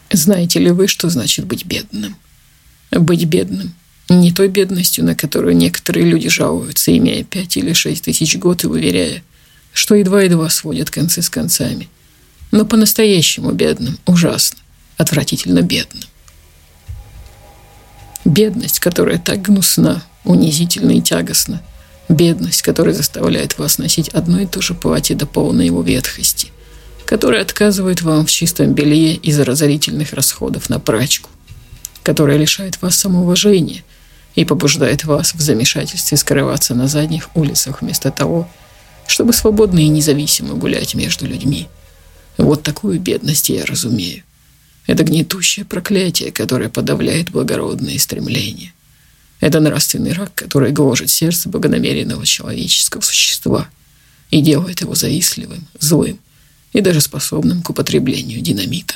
Знаете ли вы, что значит быть бедным? Быть бедным не той бедностью, на которую некоторые люди жалуются, имея 5 или 6 тысяч в год и уверяя, что едва-едва сводят концы с концами, но по-настоящему бедным, ужасно, отвратительно бедным. Бедность, которая так гнусна, унизительна и тягостна, бедность, которая заставляет вас носить одно и то же платье до полной его ветхости, которая отказывает вам в чистом белье из-за разорительных расходов на прачку, которая лишает вас самоуважения и побуждает вас в замешательстве скрываться на задних улицах вместо того, чтобы свободно и независимо гулять между людьми. Вот такую бедность я разумею. Это гнетущее проклятие, которое подавляет благородные стремления. Это нравственный рак, который гложет сердце благонамеренного человеческого существа и делает его завистливым, злым и даже способным к употреблению динамита.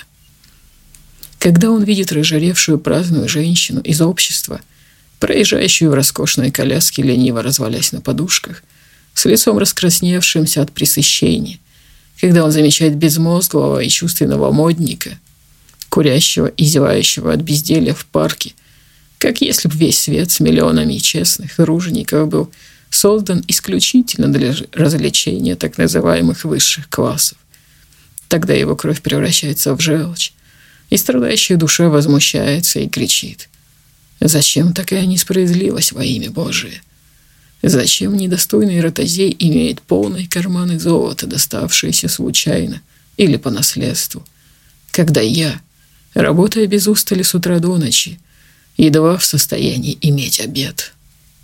Когда он видит разжаревшую праздную женщину из общества, проезжающую в роскошной коляске, лениво развалясь на подушках, с лицом раскрасневшимся от пресыщения, когда он замечает безмозглого и чувственного модника, курящего и зевающего от безделья в парке, как если бы весь свет с миллионами честных тружеников был создан исключительно для развлечения так называемых высших классов. Тогда его кровь превращается в желчь, и страдающая душа возмущается и кричит: «Зачем такая несправедливость во имя Божие? Зачем недостойный ротозей имеет полные карманы золота, доставшиеся случайно или по наследству, когда я, работая без устали с утра до ночи, едва в состоянии иметь обед?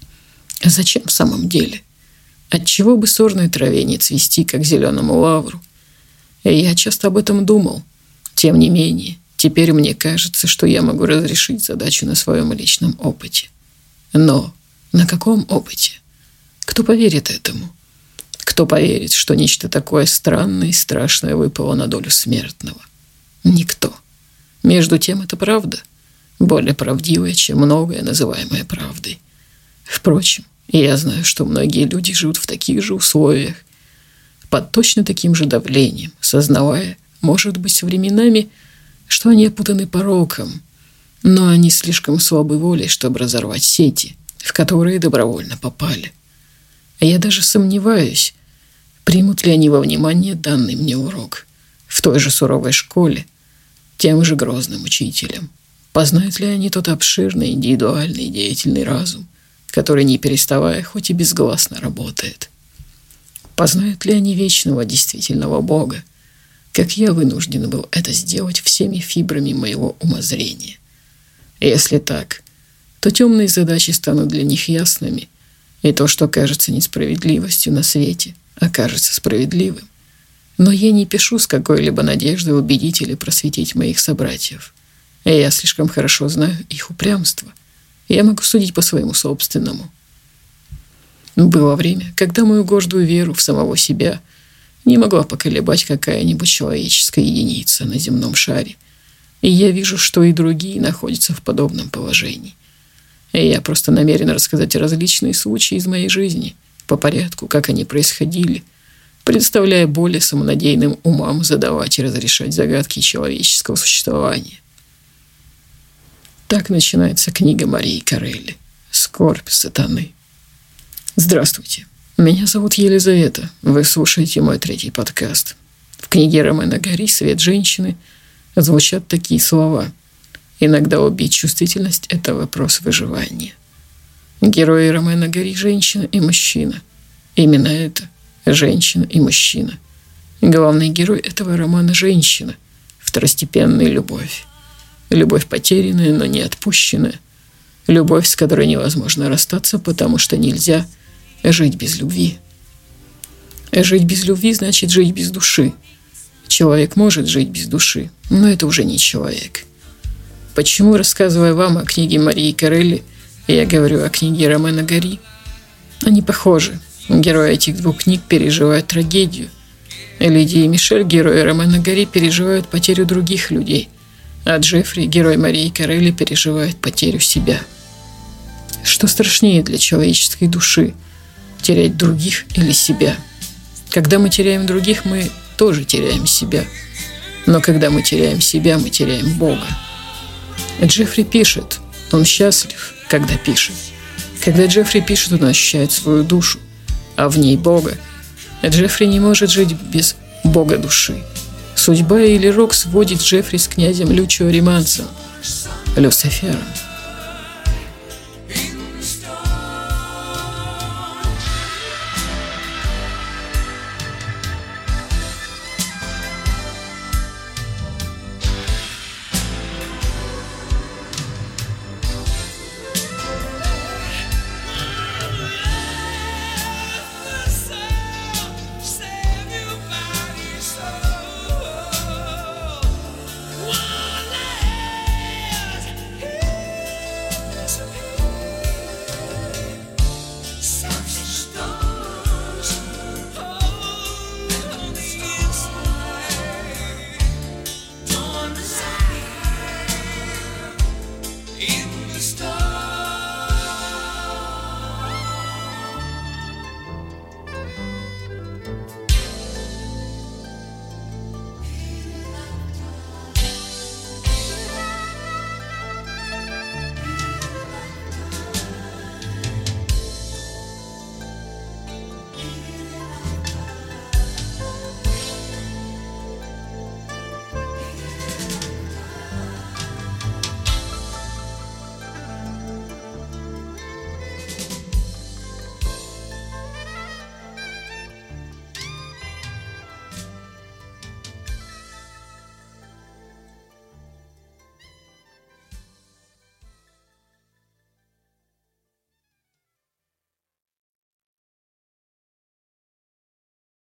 Зачем в самом деле? Отчего бы сорной траве не цвести, как зеленому лавру? И я часто об этом думал. Тем не менее, теперь мне кажется, что я могу разрешить задачу на своем личном опыте. Но на каком опыте? Кто поверит этому? Кто поверит, что нечто такое странное и страшное выпало на долю смертного? Никто. Между тем, это правда, более правдивая, чем многое, называемое правдой. Впрочем, я знаю, что многие люди живут в таких же условиях, под точно таким же давлением, сознавая, может быть, временами, что они опутаны пороком, но они слишком слабы волей, чтобы разорвать сети, в которые добровольно попали. Я даже сомневаюсь, примут ли они во внимание данный мне урок в той же суровой школе, тем же грозным учителем. Познают ли они тот обширный, индивидуальный и деятельный разум, который, не переставая, хоть и безгласно работает? Познают ли они вечного действительного Бога, как я вынужден был это сделать всеми фибрами моего умозрения? Если так, то темные задачи станут для них ясными, и то, что кажется несправедливостью на свете, окажется справедливым. Но я не пишу с какой-либо надеждой убедить или просветить моих собратьев. Я слишком хорошо знаю их упрямство. Я могу судить по своему собственному. Было время, когда мою гордую веру в самого себя не могла поколебать какая-нибудь человеческая единица на земном шаре. И я вижу, что и другие находятся в подобном положении. И я просто намерен рассказать различные случаи из моей жизни, по порядку, как они происходили, предоставляя более самонадеянным умам задавать и разрешать загадки человеческого существования. Так начинается книга Марии Корелли «Скорбь сатаны». Здравствуйте, меня зовут Елизавета, вы слушаете мой 3-й подкаст. В книге Ромена Гори «Свет женщины» звучат такие слова: «Иногда убить чувствительность – это вопрос выживания». Герои Ромена Гори – женщина и мужчина. Именно это – женщина и мужчина. Главный герой этого романа – женщина, второстепенная любовь. Любовь потерянная, но не отпущенная. Любовь, с которой невозможно расстаться, потому что нельзя жить без любви. Жить без любви значит жить без души. Человек может жить без души, но это уже не человек. Почему, рассказывая вам о книге Марии Корелли, я говорю о книге Ромена Гори? Они похожи. Герои этих двух книг переживают трагедию. Лидия и Мишель, герои Ромена Гори, переживают потерю других людей, а Джеффри, герой Марии Корелли, переживает потерю себя. Что страшнее для человеческой души – терять других или себя? Когда мы теряем других, мы тоже теряем себя. Но когда мы теряем себя, мы теряем Бога. Джеффри пишет. Он счастлив, когда пишет. Когда Джеффри пишет, он ощущает свою душу, а в ней Бога. Джеффри не может жить без Бога души. Судьба или рок сводит Джеффри с князем Лючио Риманцем, Люцифером.